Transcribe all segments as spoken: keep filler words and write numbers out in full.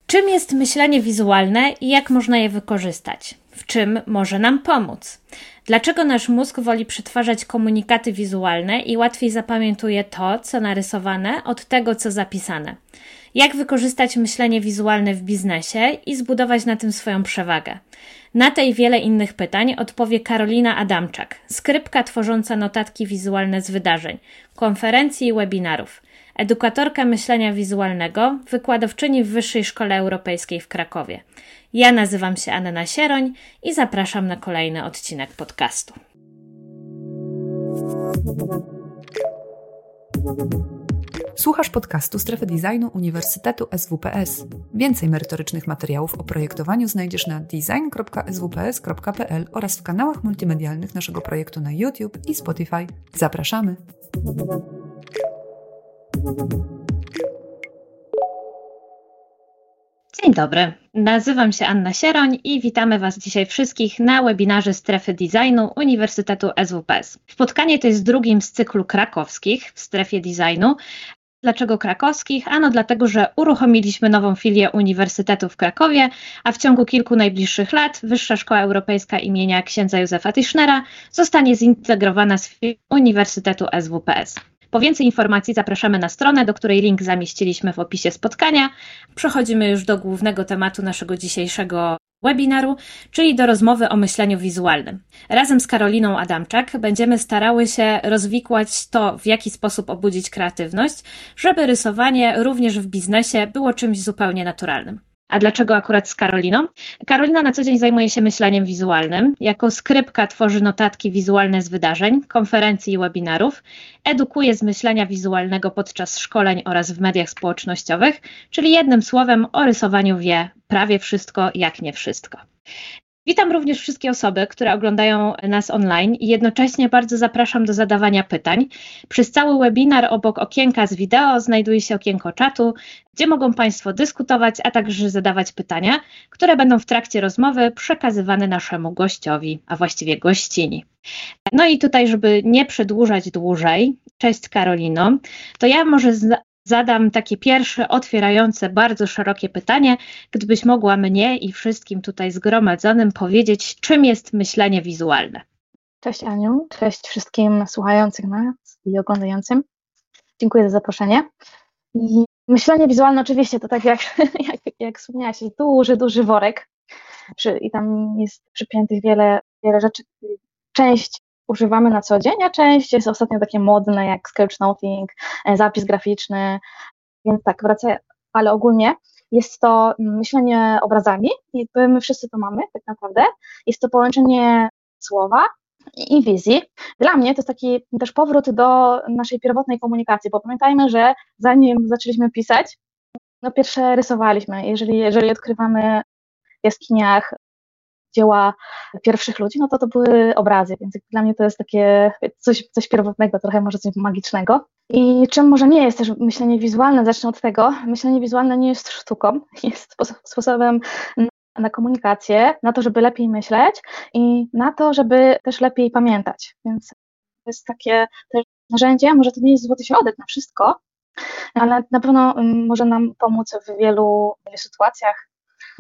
Czym jest myślenie wizualne i jak można je wykorzystać? W czym może nam pomóc? Dlaczego nasz mózg woli przetwarzać komunikaty wizualne i łatwiej zapamiętuje to, co narysowane, od tego, co zapisane? Jak wykorzystać myślenie wizualne w biznesie i zbudować na tym swoją przewagę? Na te i wiele innych pytań odpowie Karolina Adamczak, skrypka tworząca notatki wizualne z wydarzeń, konferencji i webinarów, edukatorka myślenia wizualnego, wykładowczyni w Wyższej Szkole Europejskiej w Krakowie. Ja nazywam się Anna Sieroń i zapraszam na kolejny odcinek podcastu. Słuchasz podcastu Strefy Designu Uniwersytetu S W P S. Więcej merytorycznych materiałów o projektowaniu znajdziesz na design kropka s w p s kropka p l oraz w kanałach multimedialnych naszego projektu na YouTube i Spotify. Zapraszamy! Dzień dobry, nazywam się Anna Sieroń i witamy Was dzisiaj wszystkich na webinarze Strefy Designu Uniwersytetu S W P S. Spotkanie to jest drugim z cyklu krakowskich w Strefie Designu. Dlaczego krakowskich? Ano dlatego, że uruchomiliśmy nową filię Uniwersytetu w Krakowie, a w ciągu kilku najbliższych lat Wyższa Szkoła Europejska imienia księdza Józefa Tischnera zostanie zintegrowana z filią Uniwersytetu S W P S. Po więcej informacji zapraszamy na stronę, do której link zamieściliśmy w opisie spotkania. Przechodzimy już do głównego tematu naszego dzisiejszego webinaru, czyli do rozmowy o myśleniu wizualnym. Razem z Karoliną Adamczak będziemy starały się rozwikłać to, w jaki sposób obudzić kreatywność, żeby rysowanie również w biznesie było czymś zupełnie naturalnym. A dlaczego akurat z Karoliną? Karolina na co dzień zajmuje się myśleniem wizualnym. Jako skrypka tworzy notatki wizualne z wydarzeń, konferencji i webinarów. Edukuje z myślenia wizualnego podczas szkoleń oraz w mediach społecznościowych, czyli jednym słowem o rysowaniu wie prawie wszystko, jak nie wszystko. Witam również wszystkie osoby, które oglądają nas online i jednocześnie bardzo zapraszam do zadawania pytań. Przez cały webinar obok okienka z wideo znajduje się okienko czatu, gdzie mogą Państwo dyskutować, a także zadawać pytania, które będą w trakcie rozmowy przekazywane naszemu gościowi, a właściwie gościni. No i tutaj, żeby nie przedłużać dłużej, cześć Karolino, to ja może z Zadam takie pierwsze, otwierające, bardzo szerokie pytanie, gdybyś mogła mnie i wszystkim tutaj zgromadzonym powiedzieć, czym jest myślenie wizualne. Cześć Aniu, cześć wszystkim słuchającym nas i oglądającym. Dziękuję za zaproszenie. I myślenie wizualne oczywiście to tak jak, jak, jak wspomniałaś, jest duży, duży worek przy, i tam jest przypiętych wiele, wiele rzeczy. Część używamy na co dzień, a część jest ostatnio takie modne jak sketchnoting, zapis graficzny, więc tak, wraca, ale ogólnie jest to myślenie obrazami i my wszyscy to mamy tak naprawdę. Jest to połączenie słowa i wizji. Dla mnie to jest taki też powrót do naszej pierwotnej komunikacji, bo pamiętajmy, że zanim zaczęliśmy pisać, no pierwsze rysowaliśmy. Jeżeli, jeżeli odkrywamy w jaskiniach dzieła pierwszych ludzi, no to to były obrazy, więc dla mnie to jest takie coś, coś pierwotnego, trochę może coś magicznego. I czym może nie jest też myślenie wizualne, zacznę od tego, myślenie wizualne nie jest sztuką, jest sposobem na komunikację, na to, żeby lepiej myśleć i na to, żeby też lepiej pamiętać, więc to jest takie też narzędzie, może to nie jest złoty środek na wszystko, ale na pewno może nam pomóc w wielu, wielu sytuacjach.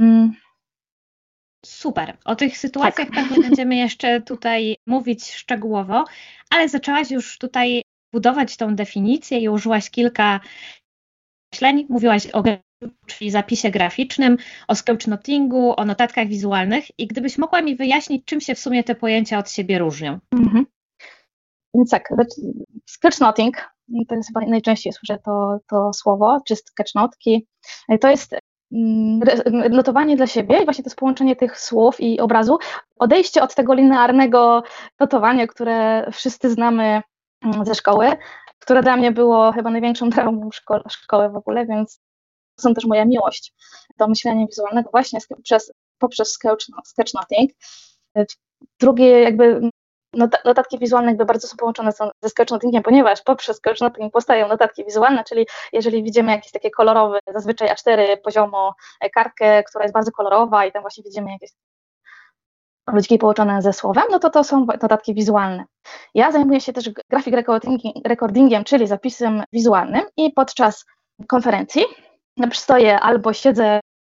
Super. O tych sytuacjach tak. Pewnie będziemy jeszcze tutaj mówić szczegółowo, ale zaczęłaś już tutaj budować tą definicję i użyłaś kilka myśleń. Mówiłaś o czyli zapisie graficznym, o sketchnotingu, o notatkach wizualnych i gdybyś mogła mi wyjaśnić, czym się w sumie te pojęcia od siebie różnią. Mhm. Więc tak, sketchnoting, to jest chyba najczęściej słyszę to, to słowo, czy sketchnotki, to jest notowanie dla siebie i właśnie to jest połączenie tych słów i obrazu, odejście od tego linearnego notowania, które wszyscy znamy ze szkoły, które dla mnie było chyba największą traumą szko- szkoły w ogóle, więc to są też moja miłość do myślenia wizualnego właśnie przez, poprzez sketchnoting. Drugie jakby notatki wizualne jakby bardzo są połączone są ze sketchnotingiem, ponieważ poprzez sketchnoting powstają notatki wizualne, czyli jeżeli widzimy jakiś taki kolorowy, zazwyczaj A cztery poziomo kartkę, która jest bardzo kolorowa i tam właśnie widzimy jakieś ludziki połączone ze słowem, no to to są notatki wizualne. Ja zajmuję się też graphic recordingiem, czyli zapisem wizualnym i podczas konferencji stoję albo siedzę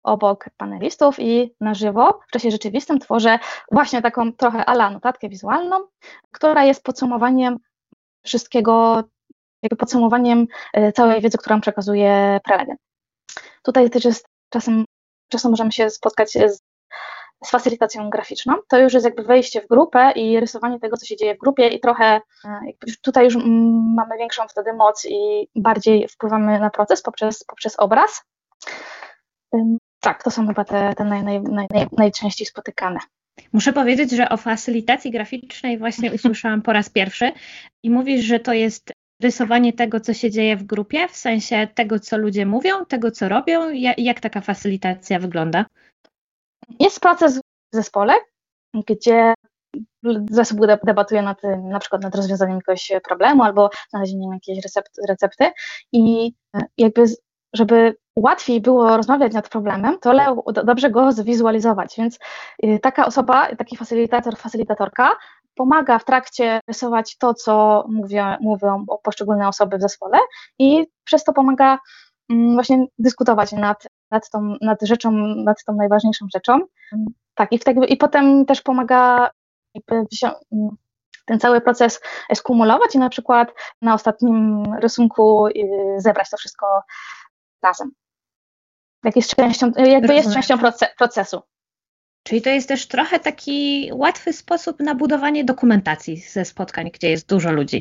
obok panelistów i na żywo w czasie rzeczywistym tworzę właśnie taką trochę a la notatkę wizualną, która jest podsumowaniem wszystkiego, jakby podsumowaniem całej wiedzy, którą przekazuje prelegent. Tutaj też jest czasem, czasem możemy się spotkać z, z facylitacją graficzną. To już jest jakby wejście w grupę i rysowanie tego, co się dzieje w grupie i trochę jakby tutaj już mamy większą wtedy moc i bardziej wpływamy na proces poprzez, poprzez obraz. Tak, to są chyba te, te naj, naj, naj, naj, najczęściej spotykane. Muszę powiedzieć, że o facylitacji graficznej właśnie usłyszałam po raz pierwszy i mówisz, że to jest rysowanie tego, co się dzieje w grupie, w sensie tego, co ludzie mówią, tego, co robią. Jak taka facylitacja wygląda? Jest proces w zespole, gdzie zespół debatuje nad, na przykład nad rozwiązaniem jakiegoś problemu albo znalezieniem jakiejś recepty, recepty i jakby żeby łatwiej było rozmawiać nad problemem, to le, dobrze go zwizualizować, więc taka osoba, taki facylitator, facylitatorka pomaga w trakcie rysować to, co mówią, mówią poszczególne osoby w zespole i przez to pomaga właśnie dyskutować nad, nad, tą, nad rzeczą, nad tą najważniejszą rzeczą. Tak, i, wtedy, i potem też pomaga jakby ten cały proces skumulować i na przykład na ostatnim rysunku zebrać to wszystko razem. Jak jest częścią, jakby jest częścią procesu. Czyli to jest też trochę taki łatwy sposób na budowanie dokumentacji ze spotkań, gdzie jest dużo ludzi.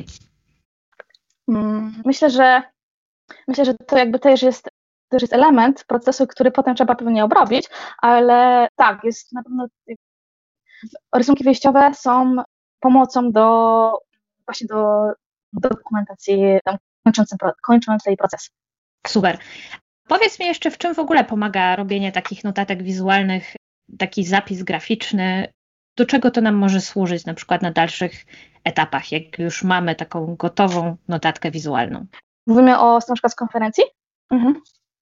Myślę, że myślę, że to jakby też jest, też jest element procesu, który potem trzeba pewnie obrobić, ale tak, jest na pewno rysunki wyjściowe są pomocą do właśnie do, do dokumentacji kończącej, kończącej proces. Super. Powiedz mi jeszcze, w czym w ogóle pomaga robienie takich notatek wizualnych, taki zapis graficzny, do czego to nam może służyć na przykład na dalszych etapach, jak już mamy taką gotową notatkę wizualną? Mówimy o na przykład z konferencji? Mhm.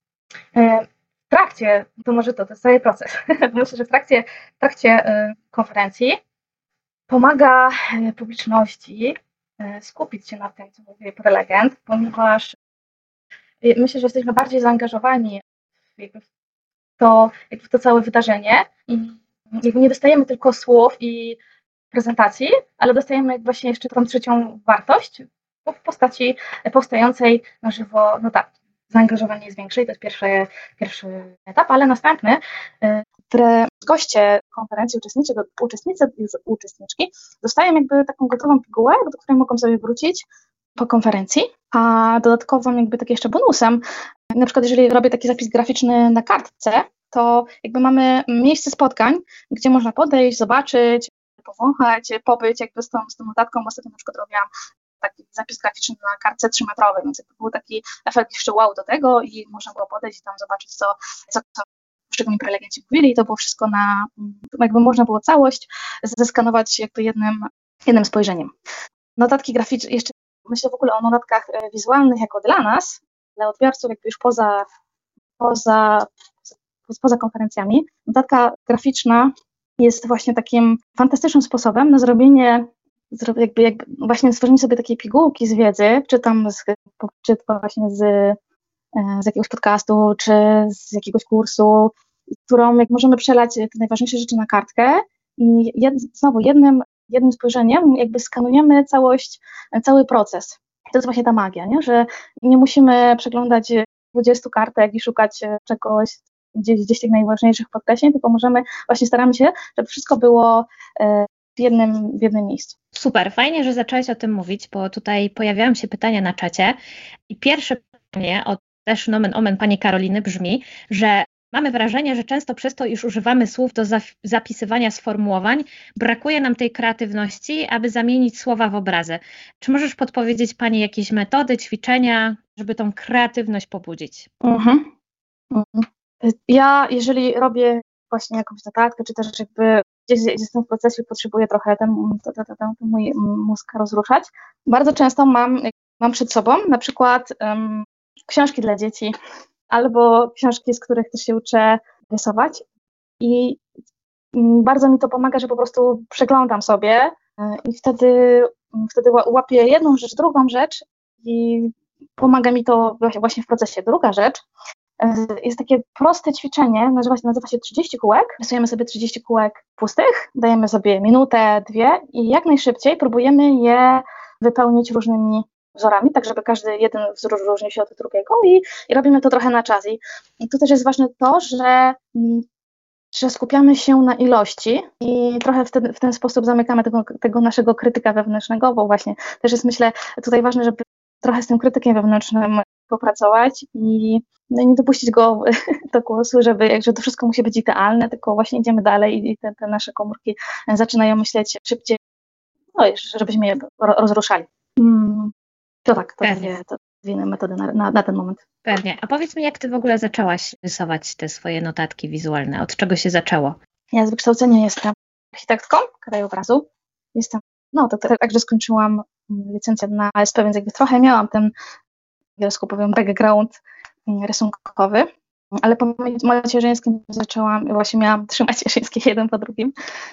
W trakcie, to może to, to jest cały proces. Myślę, że w trakcie, w trakcie konferencji pomaga publiczności skupić się na tym, co mówi prelegent, ponieważ myślę, że jesteśmy bardziej zaangażowani w to, w to całe wydarzenie i jakby nie dostajemy tylko słów i prezentacji, ale dostajemy właśnie jeszcze tą trzecią wartość w postaci powstającej na żywo notatki. Zaangażowanie jest większe i to jest pierwszy, pierwszy etap, ale następny, które goście konferencji, uczestnicy, uczestnicy już uczestniczki dostają jakby taką gotową pigułę, do której mogą sobie wrócić po konferencji, a dodatkową jakby tak jeszcze bonusem, na przykład jeżeli robię taki zapis graficzny na kartce, to jakby mamy miejsce spotkań, gdzie można podejść, zobaczyć, powąchać, pobyć jakby z tą, z tą notatką. Ostatnio na przykład robiłam taki zapis graficzny na kartce trzymetrowej, więc jakby był taki efekt jeszcze wow do tego i można było podejść i tam zobaczyć, co, co, co poszczególni prelegenci mówili i to było wszystko na, jakby można było całość zeskanować jakby jednym, jednym spojrzeniem. Notatki graficzne, jeszcze myślę w ogóle o notatkach wizualnych jako dla nas, dla odbiorców jakby już poza, poza, poza konferencjami. Notatka graficzna jest właśnie takim fantastycznym sposobem na zrobienie, jakby, jakby właśnie stworzenie sobie takiej pigułki z wiedzy, czy tam z, czy to właśnie z, z jakiegoś podcastu, czy z jakiegoś kursu, którą jak możemy przelać te najważniejsze rzeczy na kartkę i jed, znowu jednym, jednym spojrzeniem jakby skanujemy całość, cały proces. To jest właśnie ta magia, nie? Że nie musimy przeglądać dwudziestu kartek i szukać czegoś, gdzieś, gdzieś tych najważniejszych podkreśleń, tylko możemy, właśnie staramy się, żeby wszystko było w jednym, w jednym miejscu. Super, fajnie, że zaczęłaś o tym mówić, bo tutaj pojawiają się pytania na czacie i pierwsze pytanie od też nomen omen pani Karoliny brzmi, że mamy wrażenie, że często przez to, iż używamy słów do zapisywania sformułowań, brakuje nam tej kreatywności, aby zamienić słowa w obrazy. Czy możesz podpowiedzieć pani jakieś metody, ćwiczenia, żeby tą kreatywność pobudzić? Mhm. Ja, jeżeli robię właśnie jakąś notatkę, czy też jakby gdzieś jestem w procesie i potrzebuję trochę ten, ten, ten, ten mój mózg rozruszać, bardzo często mam, mam przed sobą na przykład um, książki dla dzieci albo książki, z których też się uczę rysować i bardzo mi to pomaga, że po prostu przeglądam sobie i wtedy, wtedy łapię jedną rzecz, drugą rzecz i pomaga mi to właśnie w procesie. Druga rzecz, Jest takie proste ćwiczenie, nazywa się, nazywa się trzydzieści kółek. Rysujemy sobie trzydzieści kółek pustych, dajemy sobie minutę, dwie i jak najszybciej próbujemy je wypełnić różnymi wzorami, tak żeby każdy jeden wzór różnił się od drugiego i, i robimy to trochę na czas. I, i tu też jest ważne to, że, że skupiamy się na ilości i trochę w ten, w ten sposób zamykamy tego, tego naszego krytyka wewnętrznego, bo właśnie też jest, myślę, tutaj ważne, żeby trochę z tym krytykiem wewnętrznym popracować i no, nie dopuścić go do głosu, żeby, że to wszystko musi być idealne, tylko właśnie idziemy dalej i te, te nasze komórki zaczynają myśleć szybciej, no żebyśmy je rozruszali. Hmm. To tak, to dwie, to dwie metody na, na, na ten moment. Pewnie. A powiedz mi, jak ty w ogóle zaczęłaś rysować te swoje notatki wizualne? Od czego się zaczęło? Ja z wykształcenia jestem architektką krajobrazu. Jestem, no to także skończyłam licencjat na A S P, więc jakby trochę miałam ten, w powiem, background rysunkowy, ale po macierzyńskim zaczęłam, właśnie miałam trzy macierzyńskie jeden po drugim,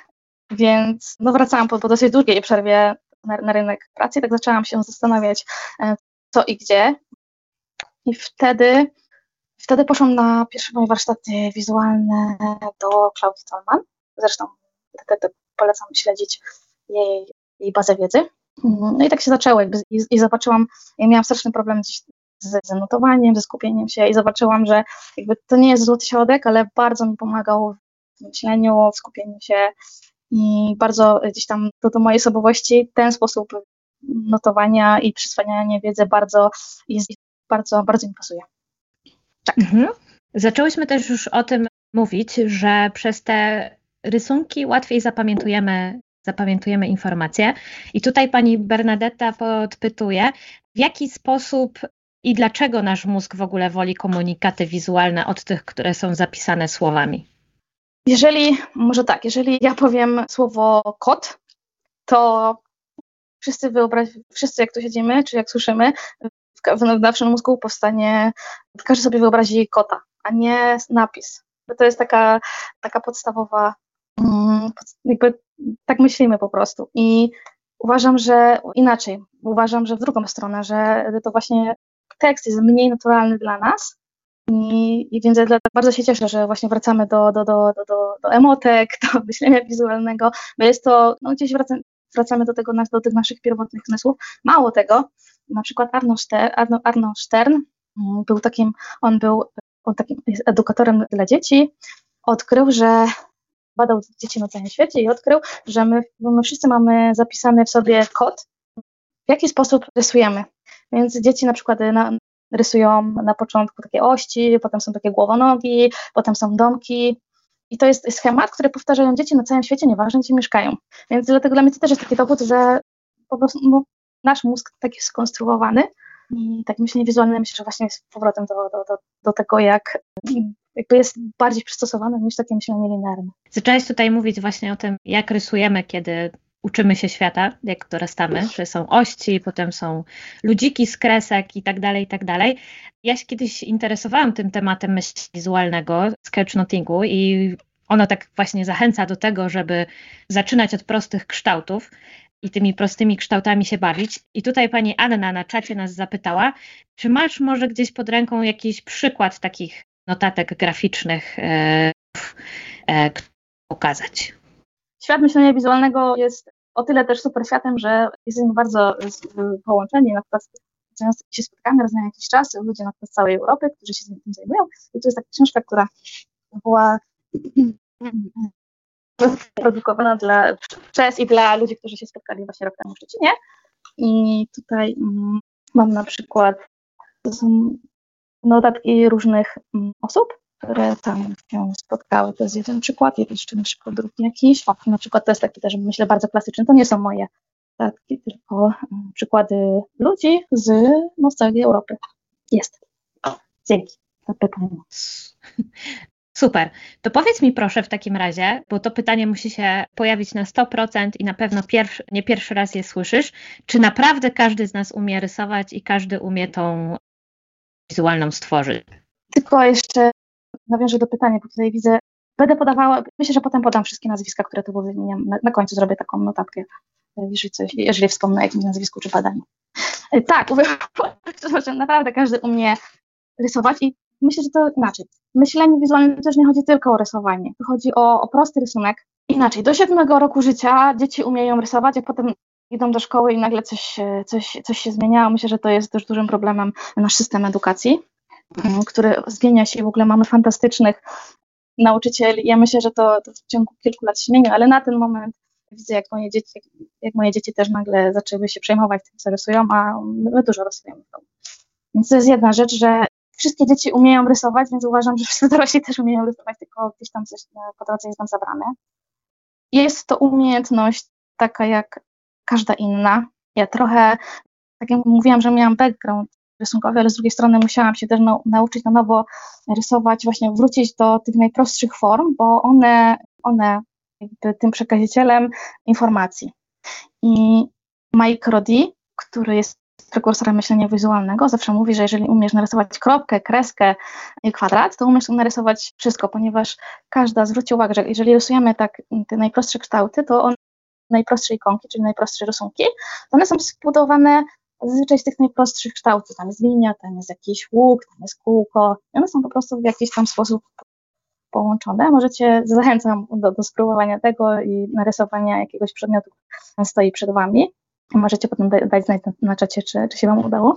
więc no wracałam po, po dosyć długiej przerwie na, na rynek pracy i tak zaczęłam się zastanawiać, co i gdzie. I wtedy, wtedy poszłam na pierwsze moje warsztaty wizualne do Klaudii Tolman. Zresztą te, te polecam śledzić jej, jej bazę wiedzy. No i tak się zaczęło jakby i, i zobaczyłam, ja miałam straszny problem gdzieś z, z notowaniem, ze skupieniem się i zobaczyłam, że jakby to nie jest złoty środek, ale bardzo mi pomagał w myśleniu, w skupieniu się i bardzo gdzieś tam do, do mojej osobowości ten sposób notowania i przyswajania wiedzy bardzo jest, bardzo, bardzo mi pasuje. Tak. Mhm. Zaczęłyśmy też już o tym mówić, że przez te rysunki łatwiej zapamiętujemy, zapamiętujemy informacje. I tutaj pani Bernadetta podpytuje, w jaki sposób i dlaczego nasz mózg w ogóle woli komunikaty wizualne od tych, które są zapisane słowami? Jeżeli, może tak, jeżeli ja powiem słowo kot, to wszyscy wyobraź, wszyscy jak tu siedzimy, czy jak słyszymy, w, w naszym mózgu powstanie, każdy sobie wyobrazi kota, a nie napis. Bo to jest taka, taka podstawowa, jakby tak myślimy po prostu. I uważam, że inaczej, uważam, że w drugą stronę, że to właśnie tekst jest mniej naturalny dla nas. I, i więc ja bardzo się cieszę, że właśnie wracamy do, do, do, do, do emotek, do myślenia wizualnego, bo jest to, no gdzieś wracamy, wracamy do, tego, do tych naszych pierwotnych zmysłów. Mało tego, na przykład Arno Stern, Arno, Arno Stern był takim, on był on takim edukatorem dla dzieci, odkrył, że badał dzieci na całym świecie i odkrył, że my, my wszyscy mamy zapisany w sobie kod, w jaki sposób rysujemy. Więc dzieci na przykład na, rysują na początku takie ości, potem są takie głowonogi, potem są domki. I to jest schemat, który powtarzają dzieci na całym świecie, nieważne gdzie mieszkają. Więc dlatego dla mnie to też jest taki dowód, że po prostu no, nasz mózg tak jest skonstruowany i tak myślenie wizualne myślę, że właśnie jest z powrotem do, do, do, do tego, jak jakby jest bardziej przystosowane niż takie myślenie linearne. Zaczęłaś tutaj mówić właśnie o tym, jak rysujemy, kiedy uczymy się świata, jak dorastamy, że są ości, potem są ludziki z kresek i tak dalej, i tak dalej. Ja się kiedyś interesowałam tym tematem myślenia wizualnego, sketchnotingu i ono tak właśnie zachęca do tego, żeby zaczynać od prostych kształtów i tymi prostymi kształtami się bawić. I tutaj pani Anna na czacie nas zapytała, czy masz może gdzieś pod ręką jakiś przykład takich notatek graficznych e, e, pokazać? Świat myślenia wizualnego jest o tyle też super światem, że jesteśmy bardzo połączeni, na przykład się spotkamy raz na jakiś czas, ludzie na przykład z całej Europy, którzy się tym zajmują. I to jest taka książka, która była produkowana dla, przez i dla ludzi, którzy się spotkali właśnie rok temu w Szczecinie. I tutaj um, mam na przykład, to są notatki różnych um, osób, które tam się spotkały. To jest jeden przykład, jeszcze na przykład drugi jakiś. O, na przykład to jest taki też, myślę, bardzo klasyczny. To nie są moje notatki, tylko um, przykłady ludzi z, no, z całej Europy. Jest. Dzięki za pytanie. Super. To powiedz mi proszę w takim razie, bo to pytanie musi się pojawić na sto procent i na pewno pierwszy, nie pierwszy raz je słyszysz, czy naprawdę każdy z nas umie rysować i każdy umie tą wizualną stworzyć? Tylko jeszcze nawiążę do pytania, bo tutaj widzę, będę podawała, myślę, że potem podam wszystkie nazwiska, które tu wymieniam. Na, na końcu zrobię taką notatkę, jeżeli, coś, jeżeli wspomnę o jakimś nazwisku czy badaniu. Tak, naprawdę każdy umie rysować i myślę, że to inaczej. Myślenie wizualne też nie chodzi tylko o rysowanie. To chodzi o, o prosty rysunek. Inaczej, do siódmego roku życia dzieci umieją rysować, a potem idą do szkoły i nagle coś, coś, coś się zmienia. Myślę, że to jest też dużym problemem nasz system edukacji, który zmienia się i w ogóle mamy fantastycznych nauczycieli. Ja myślę, że to, to w ciągu kilku lat się zmieni, ale na ten moment widzę, jak moje dzieci, jak moje dzieci też nagle zaczęły się przejmować tym, co rysują, a my dużo rysujemy. Więc to jest jedna rzecz, że wszystkie dzieci umieją rysować, więc uważam, że wszyscy dorośli też umieją rysować, tylko gdzieś tam coś po drodze jest nam zabrane. Jest to umiejętność taka jak każda inna. Ja trochę, tak jak mówiłam, że miałam background rysunkowy, ale z drugiej strony musiałam się też nau- nauczyć na nowo rysować, właśnie wrócić do tych najprostszych form, bo one, one jakby tym przekazicielem informacji. I Mike Roddy, który jest prekursorem myślenia wizualnego, zawsze mówi, że jeżeli umiesz narysować kropkę, kreskę i kwadrat, to umiesz narysować wszystko, ponieważ każda, zwróćcie uwagę, że jeżeli rysujemy tak te najprostsze kształty, to one, najprostsze ikonki, czyli najprostsze rysunki, to one są zbudowane zazwyczaj z tych najprostszych kształtów. Tam jest linia, tam jest jakiś łuk, tam jest kółko i one są po prostu w jakiś tam sposób połączone. Możecie, zachęcam do, do spróbowania tego i narysowania jakiegoś przedmiotu, który stoi przed wami. Możecie potem dać znać na, na czacie, czy, czy się wam udało.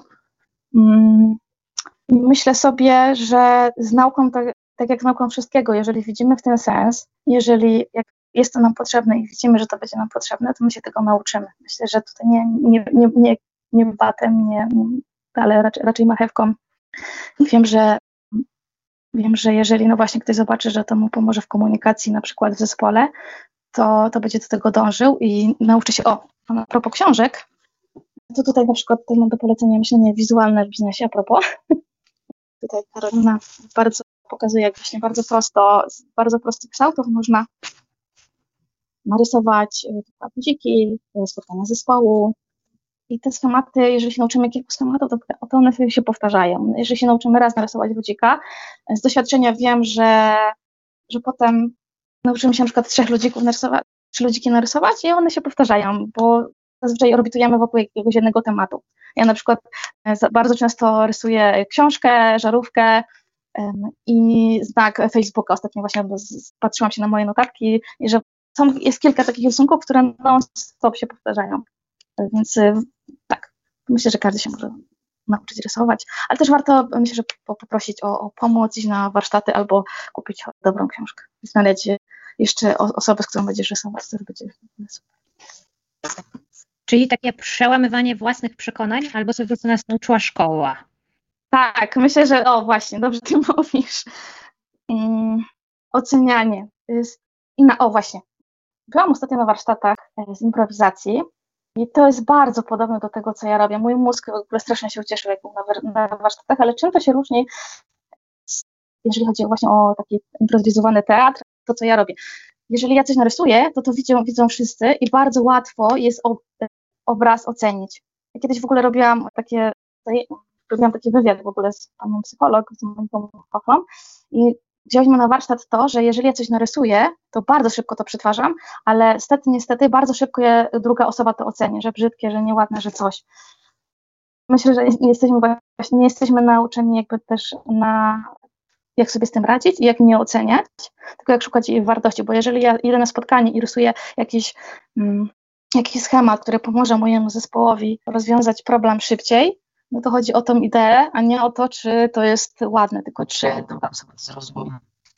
Mm. Myślę sobie, że z nauką, tak, tak jak z nauką wszystkiego, jeżeli widzimy w tym sens, jeżeli jak jest to nam potrzebne i widzimy, że to będzie nam potrzebne, to my się tego nauczymy. Myślę, że tutaj nie, nie, nie, nie, nie batem, nie, nie, ale raczej, raczej marchewką. Wiem, że wiem, że jeżeli no właśnie ktoś zobaczy, że to mu pomoże w komunikacji, na przykład w zespole, to, to będzie do tego dążył i nauczy się, o, a propos książek, to tutaj na przykład mam do polecenia myślenie wizualne w biznesie, a propos. Tutaj Karolina bardzo pokazuje, jak właśnie bardzo prosto, z bardzo prostych kształtów można narysować dziki, spotkania zespołu. I te schematy, jeżeli się nauczymy kilku schematów, to, to one się powtarzają. Jeżeli się nauczymy raz narysować ludzika, z doświadczenia wiem, że, że potem nauczymy się na przykład trzech ludzików narysować, trzy ludziki narysować i one się powtarzają, bo zazwyczaj orbitujemy wokół jakiegoś jednego tematu. Ja na przykład bardzo często rysuję książkę, żarówkę um, i znak Facebooka. Ostatnio właśnie patrzyłam się na moje notatki i że są, jest kilka takich rysunków, które non-stop się powtarzają. Więc tak, myślę, że każdy się może nauczyć rysować, ale też warto, myślę, że poprosić o, o pomoc, iść na warsztaty albo kupić dobrą książkę. Znaleźć jeszcze osobę, z którą będziesz rysować, to będzie super. Czyli takie przełamywanie własnych przekonań albo tego, co nas nauczyła szkoła. Tak, myślę, że o właśnie, dobrze ty mówisz. Um, ocenianie. Jest inna, o właśnie. Byłam ostatnio na warsztatach z improwizacji i to jest bardzo podobne do tego, co ja robię. Mój mózg w ogóle strasznie się ucieszył, jak był na, na warsztatach, ale czym to się różni, jeżeli chodzi właśnie o taki improwizowany teatr, to co ja robię. Jeżeli ja coś narysuję, to to widzą, widzą wszyscy i bardzo łatwo jest ob, obraz ocenić. Ja kiedyś w ogóle robiłam takie, robiłam taki wywiad w ogóle z panią psycholog, z moim pomocą i wzięliśmy na warsztat to, że jeżeli ja coś narysuję, to bardzo szybko to przetwarzam, ale niestety, niestety bardzo szybko je, druga osoba to oceni, że brzydkie, że nieładne, że coś. Myślę, że nie jesteśmy, właśnie nie jesteśmy nauczeni jakby też na jak sobie z tym radzić i jak nie oceniać, tylko jak szukać jej wartości, bo jeżeli ja idę na spotkanie i rysuję jakiś, um, jakiś schemat, który pomoże mojemu zespołowi rozwiązać problem szybciej, no to chodzi o tą ideę, a nie o to, czy to jest ładne, tylko czy druga osoba to zrozumie.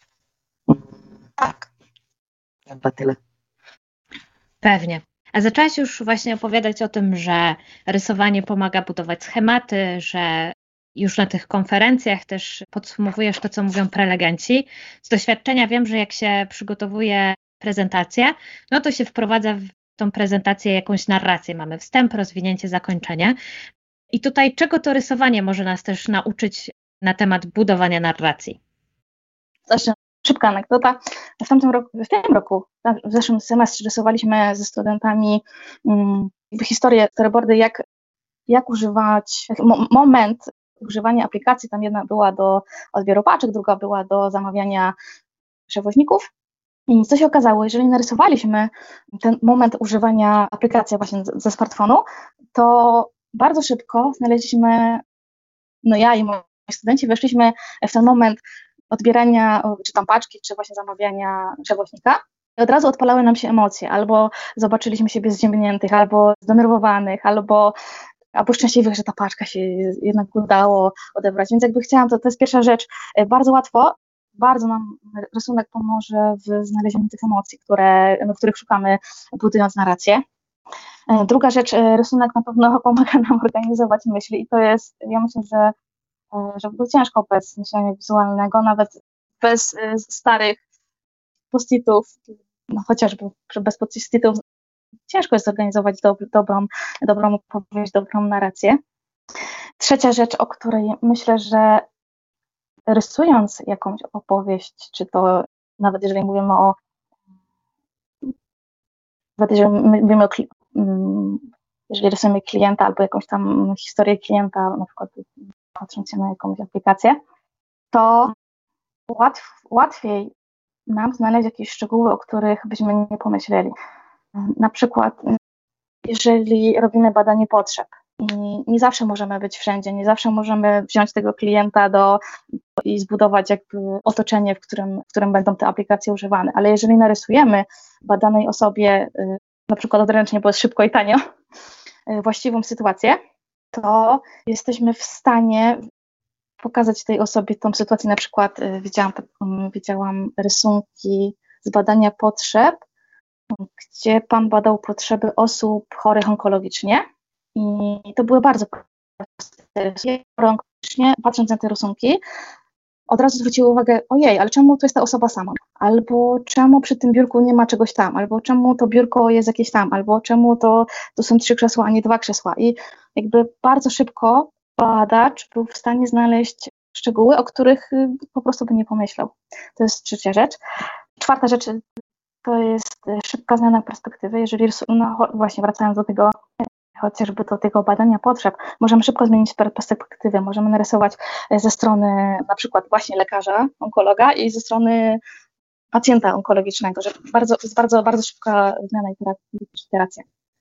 Tak. Chyba tyle. Pewnie. A zaczęłaś już właśnie opowiadać o tym, że rysowanie pomaga budować schematy, że już na tych konferencjach też podsumowujesz to, co mówią prelegenci. Z doświadczenia wiem, że jak się przygotowuje prezentację, no to się wprowadza w tą prezentację jakąś narrację. Mamy wstęp, rozwinięcie, zakończenie. I tutaj czego to rysowanie może nas też nauczyć na temat budowania narracji? Zresztą szybka anegdota. W tamtym roku, w tym roku, w zeszłym semestrze rysowaliśmy ze studentami um, jakby historię, storyboardy, jak, jak używać, mo, moment używania aplikacji. Tam jedna była do odbioru paczek, druga była do zamawiania przewoźników. I co się okazało, jeżeli narysowaliśmy ten moment używania aplikacji właśnie ze smartfonu, to bardzo szybko znaleźliśmy, no ja i moje studenci weszliśmy w ten moment odbierania, czy tam paczki, czy właśnie zamawiania przewoźnika i od razu odpalały nam się emocje, albo zobaczyliśmy siebie zziębniętych, albo zdenerwowanych, albo, albo szczęśliwych, że ta paczka się jednak udało odebrać, więc jakby chciałam, to, to jest pierwsza rzecz, bardzo łatwo, bardzo nam rysunek pomoże w znalezieniu tych emocji, które, no, których szukamy, budując narrację. Druga rzecz, rysunek na pewno pomaga nam organizować myśli i to jest, ja myślę, że, że było ciężko bez myślenia wizualnego, nawet bez starych post-itów, no chociażby bez post-itów ciężko jest zorganizować dob, dobrą, dobrą opowieść, dobrą narrację. Trzecia rzecz, o której myślę, że rysując jakąś opowieść, czy to nawet jeżeli mówimy o nawet jeżeli mówimy o jeżeli rysujemy klienta albo jakąś tam historię klienta, na przykład patrząc się na jakąś aplikację, to łatw, łatwiej nam znaleźć jakieś szczegóły, o których byśmy nie pomyśleli. Na przykład, jeżeli robimy badanie potrzeb i nie zawsze możemy być wszędzie, nie zawsze możemy wziąć tego klienta do, i zbudować jakby otoczenie, w którym, w którym będą te aplikacje używane, ale jeżeli narysujemy badanej osobie, na przykład odręcznie, bo jest szybko i tanio, właściwą sytuację, to jesteśmy w stanie pokazać tej osobie tą sytuację. Na przykład widziałam, widziałam rysunki z badania potrzeb, gdzie pan badał potrzeby osób chorych onkologicznie i to były bardzo proste. Onkologicznie, patrząc na te rysunki, od razu zwróciły uwagę, ojej, ale czemu to jest ta osoba sama? Albo czemu przy tym biurku nie ma czegoś tam? Albo czemu to biurko jest jakieś tam? Albo czemu to, to są trzy krzesła, a nie dwa krzesła? I jakby bardzo szybko badacz był w stanie znaleźć szczegóły, o których po prostu by nie pomyślał. To jest trzecia rzecz. Czwarta rzecz to jest szybka zmiana perspektywy. Jeżeli, no właśnie wracając do tego, chociażby do tego badania potrzeb, możemy szybko zmienić perspektywę, możemy narysować ze strony na przykład właśnie lekarza, onkologa i ze strony pacjenta onkologicznego, że bardzo, to jest bardzo, bardzo szybka zmiana iteracja.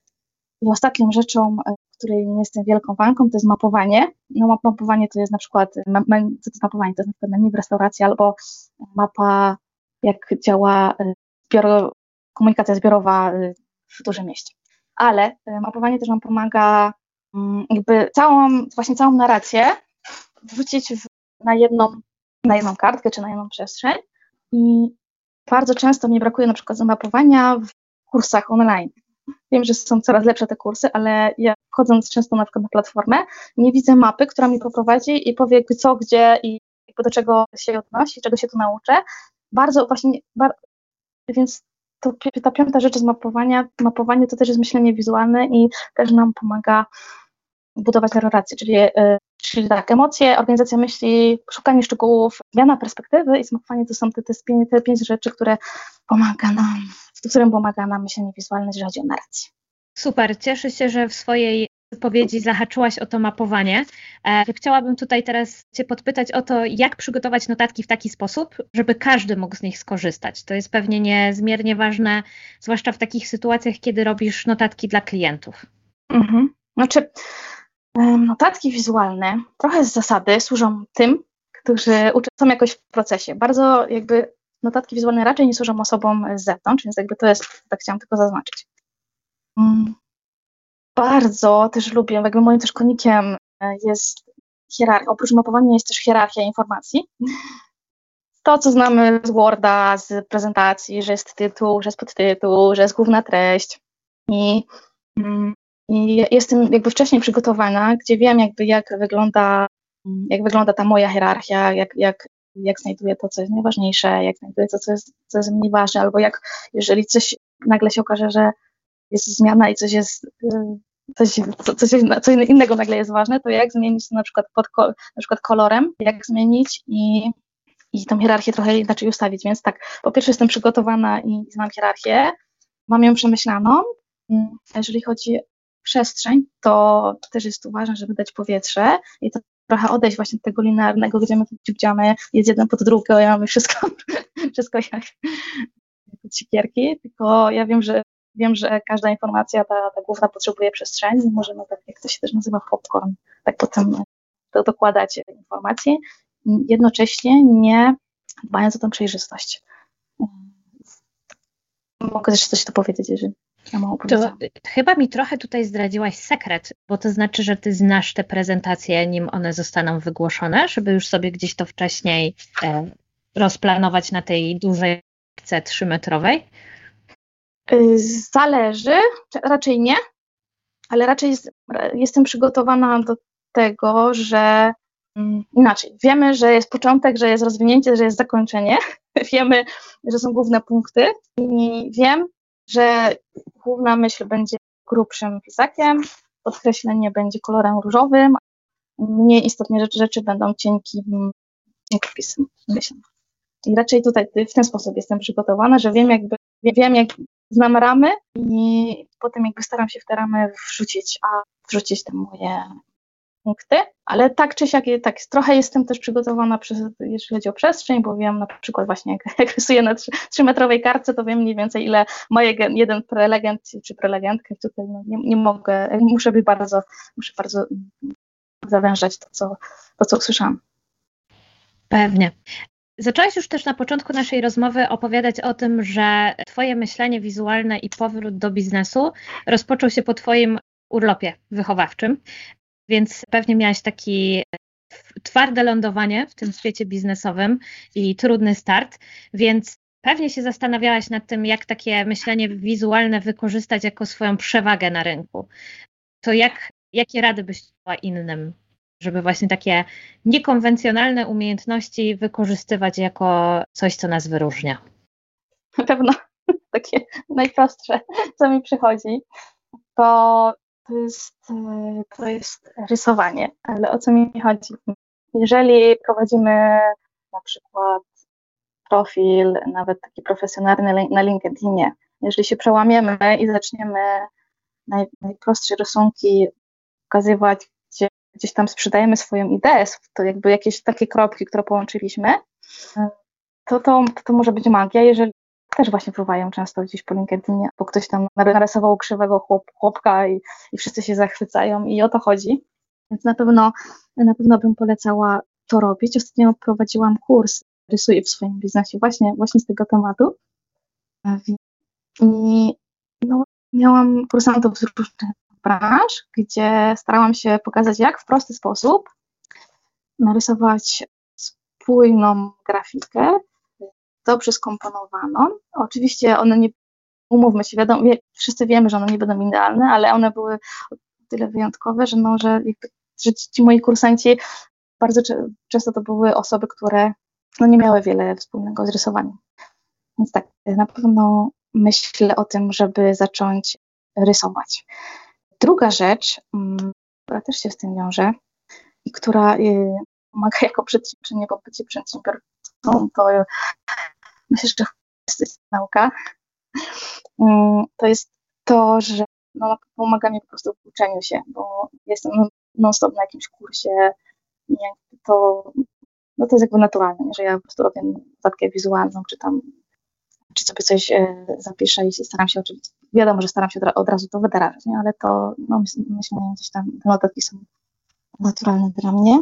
I ostatnią rzeczą, której nie jestem wielką fanką, to jest mapowanie. No mapowanie to jest na przykład, co to jest mapowanie? To jest na przykład menu w restauracji albo mapa, jak działa zbioro, komunikacja zbiorowa w dużym mieście. Ale mapowanie też nam pomaga jakby całą, właśnie całą narrację wrzucić w, na, jedną, na jedną kartkę czy na jedną przestrzeń i bardzo często mnie brakuje na przykład zamapowania w kursach online. Wiem, że są coraz lepsze te kursy, ale ja wchodząc często na przykład na platformę, nie widzę mapy, która mi poprowadzi i powie co, gdzie i do czego się odnosi, czego się tu nauczę. Bardzo właśnie, bar, więc to, ta piąta rzecz z mapowania, mapowanie to też jest myślenie wizualne i też nam pomaga budować narrację, czyli, yy, czyli tak, emocje, organizacja myśli, szukanie szczegółów, zmiana perspektywy i zmapowanie to są te, te, te pięć rzeczy, które pomaga nam, w którym pomaga nam myślenie wizualne, jeżeli chodzi o narrację. Super, cieszę się, że w swojej wypowiedzi zahaczyłaś o to mapowanie. Chciałabym tutaj teraz Cię podpytać o to, jak przygotować notatki w taki sposób, żeby każdy mógł z nich skorzystać. To jest pewnie niezmiernie ważne, zwłaszcza w takich sytuacjach, kiedy robisz notatki dla klientów. Mhm. Znaczy, notatki wizualne trochę z zasady służą tym, którzy są jakoś w procesie. Bardzo jakby notatki wizualne raczej nie służą osobom z zewnątrz, więc jakby to jest, tak chciałam tylko zaznaczyć. Bardzo też lubię, jakby moim też konikiem jest hierarchia, oprócz mapowania jest też hierarchia informacji. To, co znamy z Worda, z prezentacji, że jest tytuł, że jest podtytuł, że jest główna treść. I, i jestem jakby wcześniej przygotowana, gdzie wiem jakby jak wygląda, jak wygląda ta moja hierarchia, jak, jak, jak znajduję to, co jest najważniejsze, jak znajduję to, co jest, co jest mniej ważne, albo jak, jeżeli coś nagle się okaże, że jest zmiana i coś jest, coś, coś, coś innego nagle jest ważne, to jak zmienić to na przykład, pod, na przykład kolorem, jak zmienić i, i tą hierarchię trochę inaczej ustawić. Więc tak, po pierwsze jestem przygotowana i znam hierarchię, mam ją przemyślaną. Jeżeli chodzi o przestrzeń, to też jest tu ważne, żeby dać powietrze i to trochę odejść właśnie od tego linearnego, gdzie my dziubdziamy, jest jeden pod drugą, ja mamy wszystko, wszystko jak, jak od siekierki, tylko ja wiem, że Wiem, że każda informacja, ta, ta główna potrzebuje przestrzeni i możemy, tak jak to się też nazywa, popcorn, tak potem do, dokładać informacji, jednocześnie nie dbając o tą przejrzystość. Mogę też coś tu powiedzieć, jeżeli ja mało powiedziałam. To chyba mi trochę tutaj zdradziłaś sekret, bo to znaczy, że ty znasz te prezentacje, nim one zostaną wygłoszone, żeby już sobie gdzieś to wcześniej e, rozplanować na tej dużej kartce trzymetrowej? Zależy, raczej nie, ale raczej jest, jestem przygotowana do tego, że um, inaczej, wiemy, że jest początek, że jest rozwinięcie, że jest zakończenie, wiemy, że są główne punkty i wiem, że główna myśl będzie grubszym pisakiem, podkreślenie będzie kolorem różowym, mniej istotnie rzeczy, rzeczy będą cienkim cienkopisem, myślę. I raczej tutaj w ten sposób jestem przygotowana, że wiem jakby, wiem jak znam ramy i potem jakby staram się w te ramy wrzucić, a wrzucić te moje punkty, ale tak czy siak, tak trochę jestem też przygotowana, przez, jeśli chodzi o przestrzeń, bo wiem na przykład właśnie jak, jak rysuję na trzymetrowej kartce, to wiem mniej więcej ile ma jeden prelegent czy prelegentka, tutaj no, nie, nie mogę, muszę być bardzo, muszę bardzo zawężać to, co, to, co usłyszałam. Pewnie. Zaczęłaś już też na początku naszej rozmowy opowiadać o tym, że twoje myślenie wizualne i powrót do biznesu rozpoczął się po twoim urlopie wychowawczym, więc pewnie miałaś taki twarde lądowanie w tym świecie biznesowym i trudny start, więc pewnie się zastanawiałaś nad tym, jak takie myślenie wizualne wykorzystać jako swoją przewagę na rynku. To jak, jakie rady byś dała innym, żeby właśnie takie niekonwencjonalne umiejętności wykorzystywać jako coś, co nas wyróżnia? Na pewno takie najprostsze, co mi przychodzi, to, to, jest, to jest rysowanie. Ale o co mi chodzi? Jeżeli prowadzimy na przykład profil, nawet taki profesjonalny na LinkedInie, jeżeli się przełamiemy i zaczniemy naj, najprostsze rysunki pokazywać, gdzie gdzieś tam sprzedajemy swoją ideę, to jakby jakieś takie kropki, które połączyliśmy, to, to, to może być magia, jeżeli też właśnie próbują często gdzieś po LinkedInie, bo ktoś tam narysował krzywego chłop, chłopka i, i wszyscy się zachwycają i o to chodzi. Więc na pewno, na pewno bym polecała to robić. Ostatnio prowadziłam kurs Rysuję w swoim biznesie właśnie, właśnie z tego tematu. I no, miałam kursantów z różnych branż, gdzie starałam się pokazać, jak w prosty sposób narysować spójną grafikę, dobrze skomponowaną. Oczywiście one nie, umówmy się, wiadomo, wie, wszyscy wiemy, że one nie będą idealne, ale one były o tyle wyjątkowe, że, no, że, jakby, że ci moi kursanci bardzo cze- często to były osoby, które no, nie miały wiele wspólnego z rysowaniem. Więc tak, na pewno myślę o tym, żeby zacząć rysować. Druga rzecz, która też się z tym wiąże i która pomaga jako przedsiębiorczyni, bo bycie przedsiębiorcą to myślę, że jest nauka, to jest to, że no, pomaga mi po prostu w uczeniu się, bo jestem non-stop na jakimś kursie i to, no to jest jakby naturalne, że ja po prostu robię notatkę wizualną, czy tam czy sobie coś e, zapiszę i staram się oczywiście, wiadomo, że staram się od razu to wyrażać, nie? Ale to no, myślę, że gdzieś tam te notatki są naturalne dla mnie.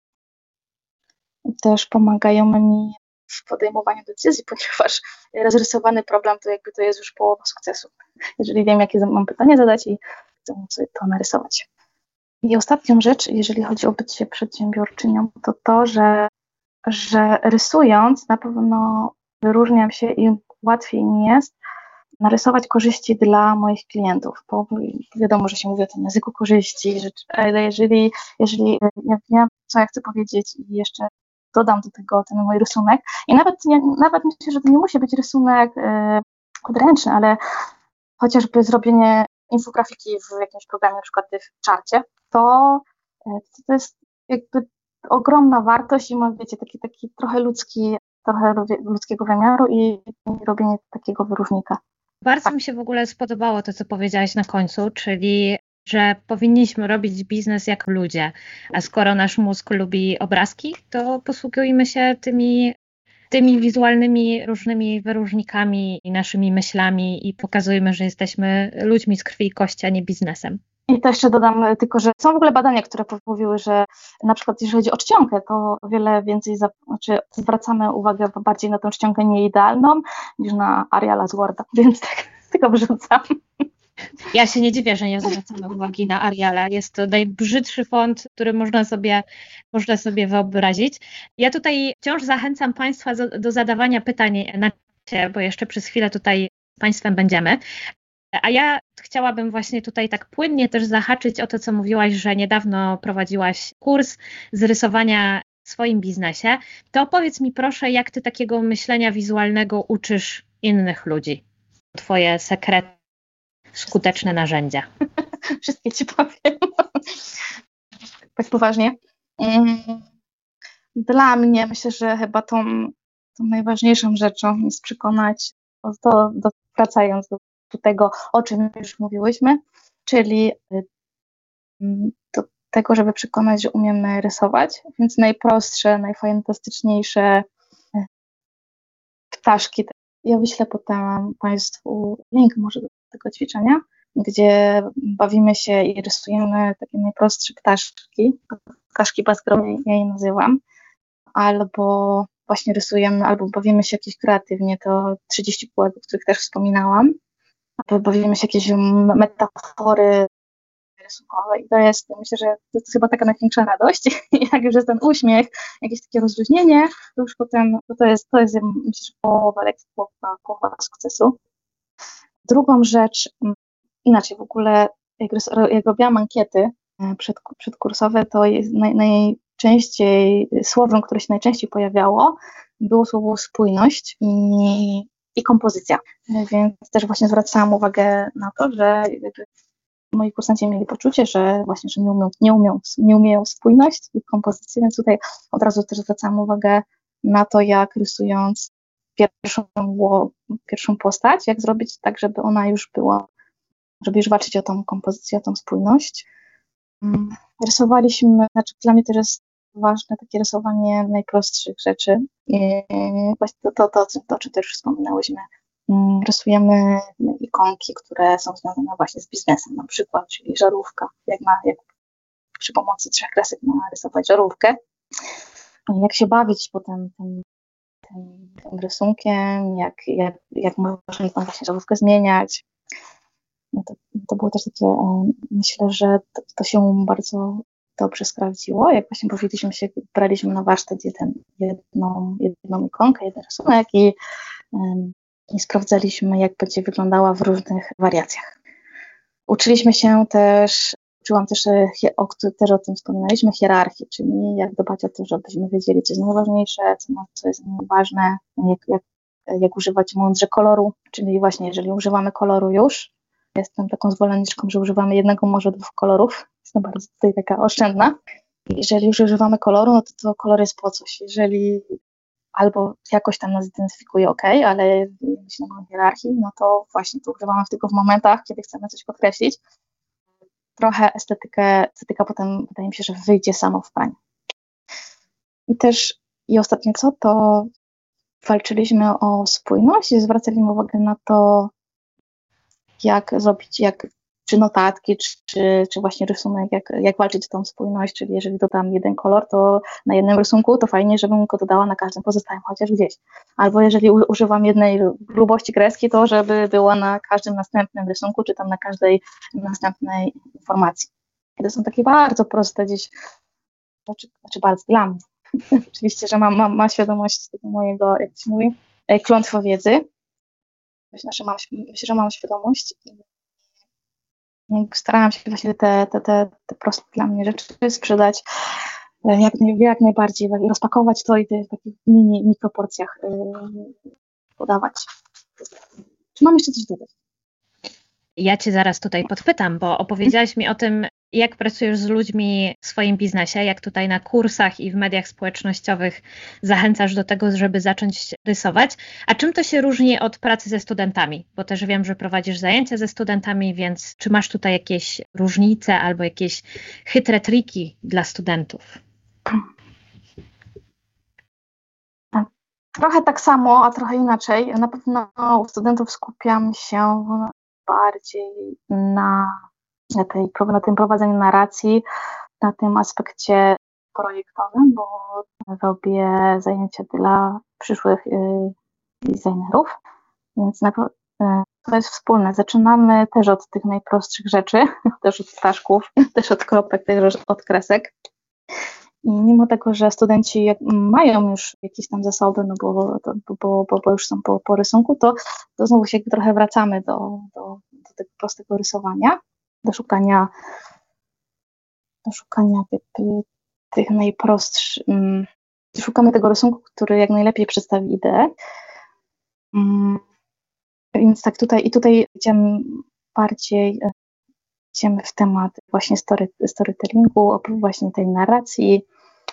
Też pomagają mi w podejmowaniu decyzji, ponieważ rozrysowany problem to jakby to jest już połowa sukcesu. Jeżeli wiem, jakie mam pytanie zadać i chcę sobie to narysować. I ostatnią rzecz, jeżeli chodzi o bycie przedsiębiorczynią, to to, że, że rysując na pewno wyróżniam się i łatwiej mi jest narysować korzyści dla moich klientów, bo wiadomo, że się mówi o tym języku korzyści, że, ale jeżeli, jeżeli ja wiem, co ja chcę powiedzieć i jeszcze dodam do tego ten mój rysunek i nawet, nawet myślę, że to nie musi być rysunek yy, podręczny, ale chociażby zrobienie infografiki w jakimś programie, na przykład w Charcie, to, to jest jakby ogromna wartość i ma, wiecie, taki, taki trochę ludzki, trochę ludzkiego wymiaru i, i robienie takiego wyróżnika. Bardzo tak. Mi się w ogóle spodobało to, co powiedziałaś na końcu, czyli że powinniśmy robić biznes jak ludzie, a skoro nasz mózg lubi obrazki, to posługujmy się tymi, tymi wizualnymi różnymi wyróżnikami i naszymi myślami i pokazujmy, że jesteśmy ludźmi z krwi i kości, a nie biznesem. I to jeszcze dodam tylko, że są w ogóle badania, które mówiły, że na przykład jeżeli chodzi o czcionkę, to o wiele więcej, za, znaczy zwracamy uwagę bardziej na tę czcionkę nieidealną niż na Ariala z Worda, więc tak tylko wrzucam. Ja się nie dziwię, że nie zwracamy uwagi na Ariala. Jest to najbrzydszy font, który można sobie, można sobie wyobrazić. Ja tutaj wciąż zachęcam Państwa do, do zadawania pytań na czacie, bo jeszcze przez chwilę tutaj z Państwem będziemy. A ja chciałabym właśnie tutaj tak płynnie też zahaczyć o to, co mówiłaś, że niedawno prowadziłaś kurs z rysowania w swoim biznesie. To opowiedz mi proszę, jak Ty takiego myślenia wizualnego uczysz innych ludzi? Twoje sekrety, skuteczne narzędzia. Wszystkie Ci powiem. Tak poważnie. Dla mnie myślę, że chyba tą, tą najważniejszą rzeczą jest przekonać, do, do, wracając do, do tego, o czym już mówiłyśmy, czyli do tego, żeby przekonać, że umiemy rysować, więc najprostsze, najfantastyczniejsze ptaszki. Ja wyślę potem Państwu link może do tego ćwiczenia, gdzie bawimy się i rysujemy takie najprostsze ptaszki, ptaszki basgrowe, ja je nazywam, albo właśnie rysujemy, albo bawimy się jakieś kreatywnie, to trzydzieści półek, o których też wspominałam, albo bawimy się jakieś metafory rysunkowe i to jest, myślę, że to jest chyba taka największa radość, jak już jest ten uśmiech, jakieś takie rozluźnienie, to już potem, to, to jest, to jest myślę, że połowa lekcji, połowa, połowa sukcesu. Drugą rzecz, inaczej w ogóle, jak, jak robiłam ankiety przed, przedkursowe, to jest naj, najczęściej, słowem, które się najczęściej pojawiało, było słowo spójność i, i kompozycja, więc też właśnie zwracałam uwagę na to, że moi kursanci mieli poczucie, że właśnie, że nie umieją, nie umieją, nie umieją spójność i kompozycji, więc tutaj od razu też zwracam uwagę na to, jak rysując pierwszą, pierwszą postać, jak zrobić tak, żeby ona już była, żeby już walczyć o tą kompozycję, o tą spójność. Rysowaliśmy, znaczy dla mnie też jest ważne takie rysowanie najprostszych rzeczy. I właśnie to, to, to, to, to, o czym też wspominałyśmy. Rysujemy ikonki, które są związane właśnie z biznesem, na przykład, czyli żarówka, jak, ma, jak przy pomocy trzech kresek narysować żarówkę. Jak się bawić potem tym, tym, tym rysunkiem, jak, jak, jak można tam właśnie żarówkę zmieniać. No to, to było też takie, myślę, że to, to się bardzo dobrze sprawdziło. Jak właśnie bawiliśmy się, braliśmy na warsztat jeden, jedną, jedną ikonkę, jeden rysunek i um, i sprawdzaliśmy, jak będzie wyglądała w różnych wariacjach. Uczyliśmy się też, uczyłam też, o, też o tym wspominaliśmy, hierarchii, czyli jak dbać o to, żebyśmy wiedzieli, co jest najważniejsze, co, co jest ważne, jak, jak, jak używać mądrze koloru, czyli właśnie jeżeli używamy koloru już, jestem taką zwolenniczką, że używamy jednego, może dwóch kolorów, jestem bardzo tutaj taka oszczędna. Jeżeli już używamy koloru, no to, to kolor jest po coś. Jeżeli albo jakoś tam nas identyfikuje, ok, ale jeśli mamy hierarchii, no to właśnie to używamy tylko w momentach, kiedy chcemy coś podkreślić. Trochę estetykę, estetyka potem wydaje mi się, że wyjdzie samo w praniu. I też, i ostatnie co, to walczyliśmy o spójność i zwracaliśmy uwagę na to, jak zrobić, jak czy notatki, czy, czy właśnie rysunek, jak, jak walczyć z tą spójność, czyli jeżeli dodam jeden kolor, to na jednym rysunku, to fajnie, żebym go dodała na każdym pozostałym chociaż gdzieś. Albo jeżeli u, używam jednej grubości kreski, to żeby była na każdym następnym rysunku, czy tam na każdej następnej informacji. I to są takie bardzo proste gdzieś, znaczy, znaczy bardzo dla mnie. Oczywiście, że mam, mam, mam świadomość tego mojego, jak to się mówi, klątwo wiedzy. Myślę, że mam, myślę, że mam świadomość i starałam się właśnie te, te, te, te proste dla mnie rzeczy sprzedać jak, jak najbardziej, rozpakować to i te w takich mini, mikroporcjach yy, podawać. Czy mam jeszcze coś dodać? Ja Cię zaraz tutaj podpytam, bo opowiedziałaś mi o tym, jak pracujesz z ludźmi w swoim biznesie, jak tutaj na kursach i w mediach społecznościowych zachęcasz do tego, żeby zacząć rysować. A czym to się różni od pracy ze studentami? Bo też wiem, że prowadzisz zajęcia ze studentami, więc czy masz tutaj jakieś różnice albo jakieś chytre triki dla studentów? Trochę tak samo, a trochę inaczej. Na pewno u studentów skupiam się bardziej na na, tej, na tym prowadzeniu narracji, na tym aspekcie projektowym, bo robię zajęcia dla przyszłych y, designerów, więc na, y, to jest wspólne. Zaczynamy też od tych najprostszych rzeczy, też od ptaszków, też od kropek, też od kresek. I mimo tego, że studenci mają już jakieś tam zasoby, no bo, to, bo, bo, bo już są po, po rysunku, to, to znowu się trochę wracamy do, do, do tego prostego rysowania, do szukania, do szukania tych najprostszych, um, szukamy tego rysunku, który jak najlepiej przedstawi ideę. Um, więc tak tutaj i tutaj idziemy bardziej idziemy w temat właśnie story, storytellingu, właśnie tej narracji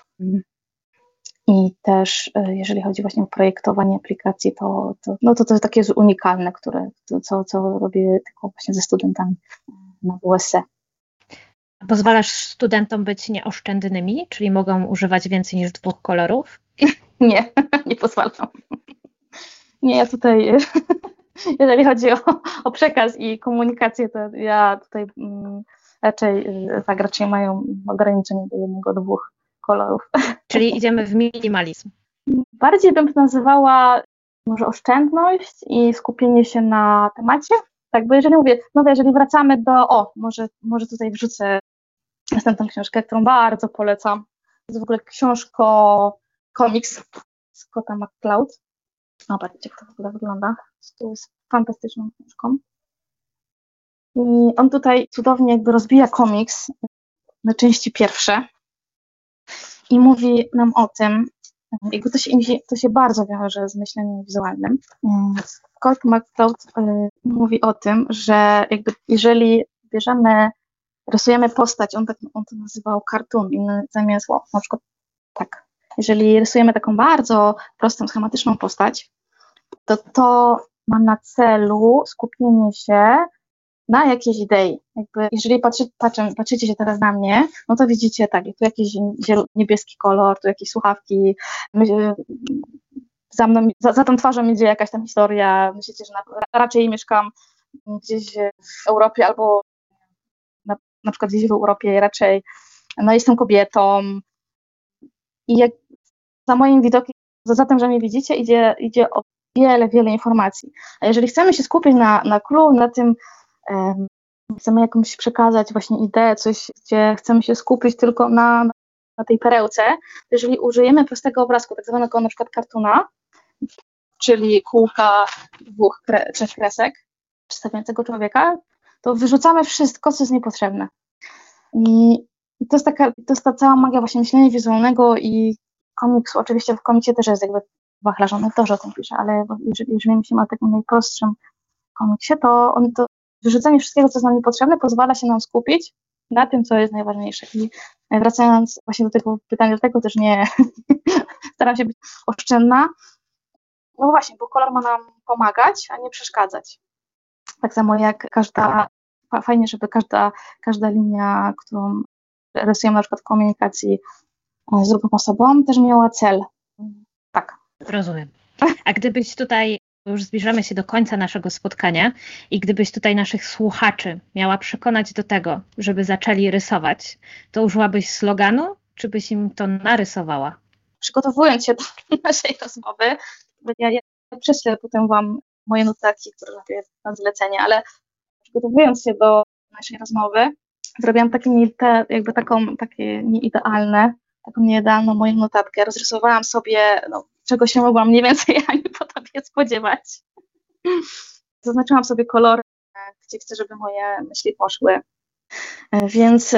i też jeżeli chodzi właśnie o projektowanie aplikacji, to, to, no to, to jest takie unikalne, które, to, co, co robię tylko właśnie ze studentami na W S E. Pozwalasz studentom być nieoszczędnymi, czyli mogą używać więcej niż dwóch kolorów? Nie, nie pozwalam. Nie, ja tutaj, jeżeli chodzi o, o przekaz i komunikację, to ja tutaj um, raczej, tak, raczej mają ograniczenie do jednego, dwóch kolorów. Czyli idziemy w minimalizm. Bardziej bym to nazywała może oszczędność i skupienie się na temacie. Tak, bo jeżeli mówię, no jeżeli wracamy do, o, może, może tutaj wrzucę następną książkę, którą bardzo polecam. To jest w ogóle książko, komiks Scotta McCloud. No, patrzcie, jak to w ogóle wygląda. To jest fantastyczną książką. I on tutaj cudownie jakby rozbija komiks na części pierwsze i mówi nam o tym, jakby to się, to się bardzo wiąże z myśleniem wizualnym. Scott McCloud y, mówi o tym, że jakby jeżeli bierzemy, rysujemy postać, on, tak, on to nazywał cartoon, zamiast słów, na przykład tak, jeżeli rysujemy taką bardzo prostą, schematyczną postać, to to ma na celu skupienie się na jakiejś idei. Jakby jeżeli patrzy, patrzę, patrzycie się teraz na mnie, no to widzicie tak, tu jakiś niebieski kolor, tu jakieś słuchawki, my, za mną, za, za tą twarzą idzie jakaś tam historia, myślicie, że na, raczej mieszkam gdzieś w Europie albo na, na przykład gdzieś w Europie raczej, no jestem kobietą i jak za moim widokiem, za tym, że mnie widzicie, idzie, idzie o wiele, wiele informacji. A jeżeli chcemy się skupić na, na clue, na tym, um, chcemy jakąś przekazać właśnie ideę, coś, gdzie chcemy się skupić tylko na, na tej perełce, to jeżeli użyjemy prostego obrazku, tak zwanego na przykład kartuna, czyli kółka dwóch, kre, trzech kresek przedstawiającego człowieka, to wyrzucamy wszystko, co jest niepotrzebne. I, i to jest taka, to jest ta cała magia właśnie myślenia wizualnego i komiksu. Oczywiście w komiksie też jest jakby wachlarz, on też o tym pisze, ale jeżeli, jeżeli myślimy o takim najprostszym komiksie, to, on, to wyrzucenie wszystkiego, co jest nam niepotrzebne, pozwala się nam skupić na tym, co jest najważniejsze. I wracając właśnie do tego pytania, do tego też nie staram się być oszczędna. No właśnie, bo kolor ma nam pomagać, a nie przeszkadzać. Tak samo jak każda, fajnie, żeby każda, każda linia, którą rysujemy na przykład w komunikacji z drugą osobą, też miała cel. Tak. Rozumiem. A gdybyś tutaj, już zbliżamy się do końca naszego spotkania i gdybyś tutaj naszych słuchaczy miała przekonać do tego, żeby zaczęli rysować, to użyłabyś sloganu, czy byś im to narysowała? Przygotowując się do naszej rozmowy, ja, ja prześlę potem Wam moje notatki, które robię na zlecenie, ale przygotowując się do naszej rozmowy, zrobiłam takie nie, te, jakby taką, takie nieidealne, taką nieidealną moją notatkę. Rozrysowałam sobie, no, czego się mogłam mniej więcej ani po tobie spodziewać. Zaznaczyłam sobie kolory, gdzie chcę, żeby moje myśli poszły. Więc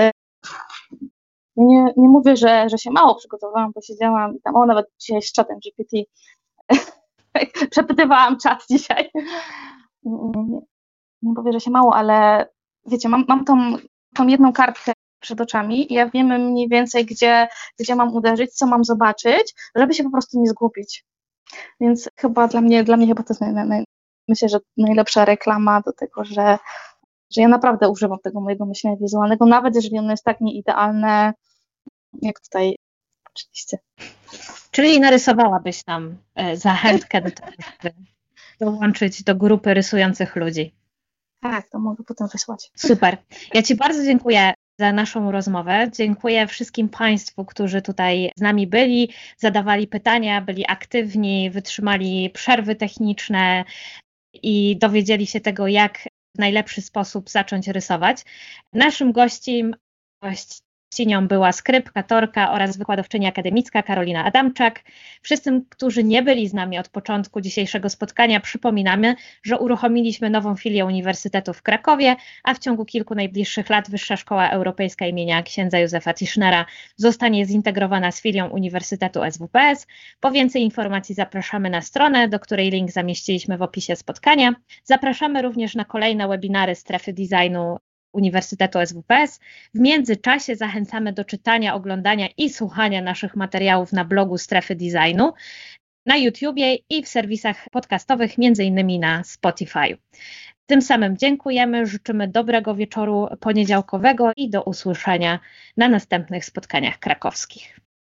nie, nie mówię, że, że się mało przygotowałam, bo siedziałam i tam, o, nawet dzisiaj z czatem G P T przepytywałam czat dzisiaj. Nie, nie mówię, że się mało, ale wiecie, mam, mam tą, tą jedną kartkę przed oczami i ja wiem mniej więcej, gdzie, gdzie mam uderzyć, co mam zobaczyć, żeby się po prostu nie zgubić. Więc chyba dla mnie, dla mnie chyba to jest naj, naj, myślę, że najlepsza reklama do tego, że, że ja naprawdę używam tego mojego myślenia wizualnego, nawet jeżeli ono jest tak nieidealne, jak tutaj oczywiście. Czyli narysowałabyś tam zachętkę do tego, żeby dołączyć do grupy rysujących ludzi. Tak, to mogę potem wysłać. Super. Ja Ci bardzo dziękuję za naszą rozmowę. Dziękuję wszystkim Państwu, którzy tutaj z nami byli, zadawali pytania, byli aktywni, wytrzymali przerwy techniczne i dowiedzieli się tego, jak w najlepszy sposób zacząć rysować. Naszym gościem, gościnią była skrypkatorka oraz wykładowczyni akademicka Karolina Adamczak. Wszystkim, którzy nie byli z nami od początku dzisiejszego spotkania, przypominamy, że uruchomiliśmy nową filię Uniwersytetu w Krakowie, a w ciągu kilku najbliższych lat Wyższa Szkoła Europejska imienia księdza Józefa Tischnera zostanie zintegrowana z filią Uniwersytetu S W P S. Po więcej informacji zapraszamy na stronę, do której link zamieściliśmy w opisie spotkania. Zapraszamy również na kolejne webinary Strefy Designu Uniwersytetu S W P S. W międzyczasie zachęcamy do czytania, oglądania i słuchania naszych materiałów na blogu Strefy Designu, na YouTubie i w serwisach podcastowych, między innymi na Spotify. Tym samym dziękujemy, życzymy dobrego wieczoru poniedziałkowego i do usłyszenia na następnych spotkaniach krakowskich.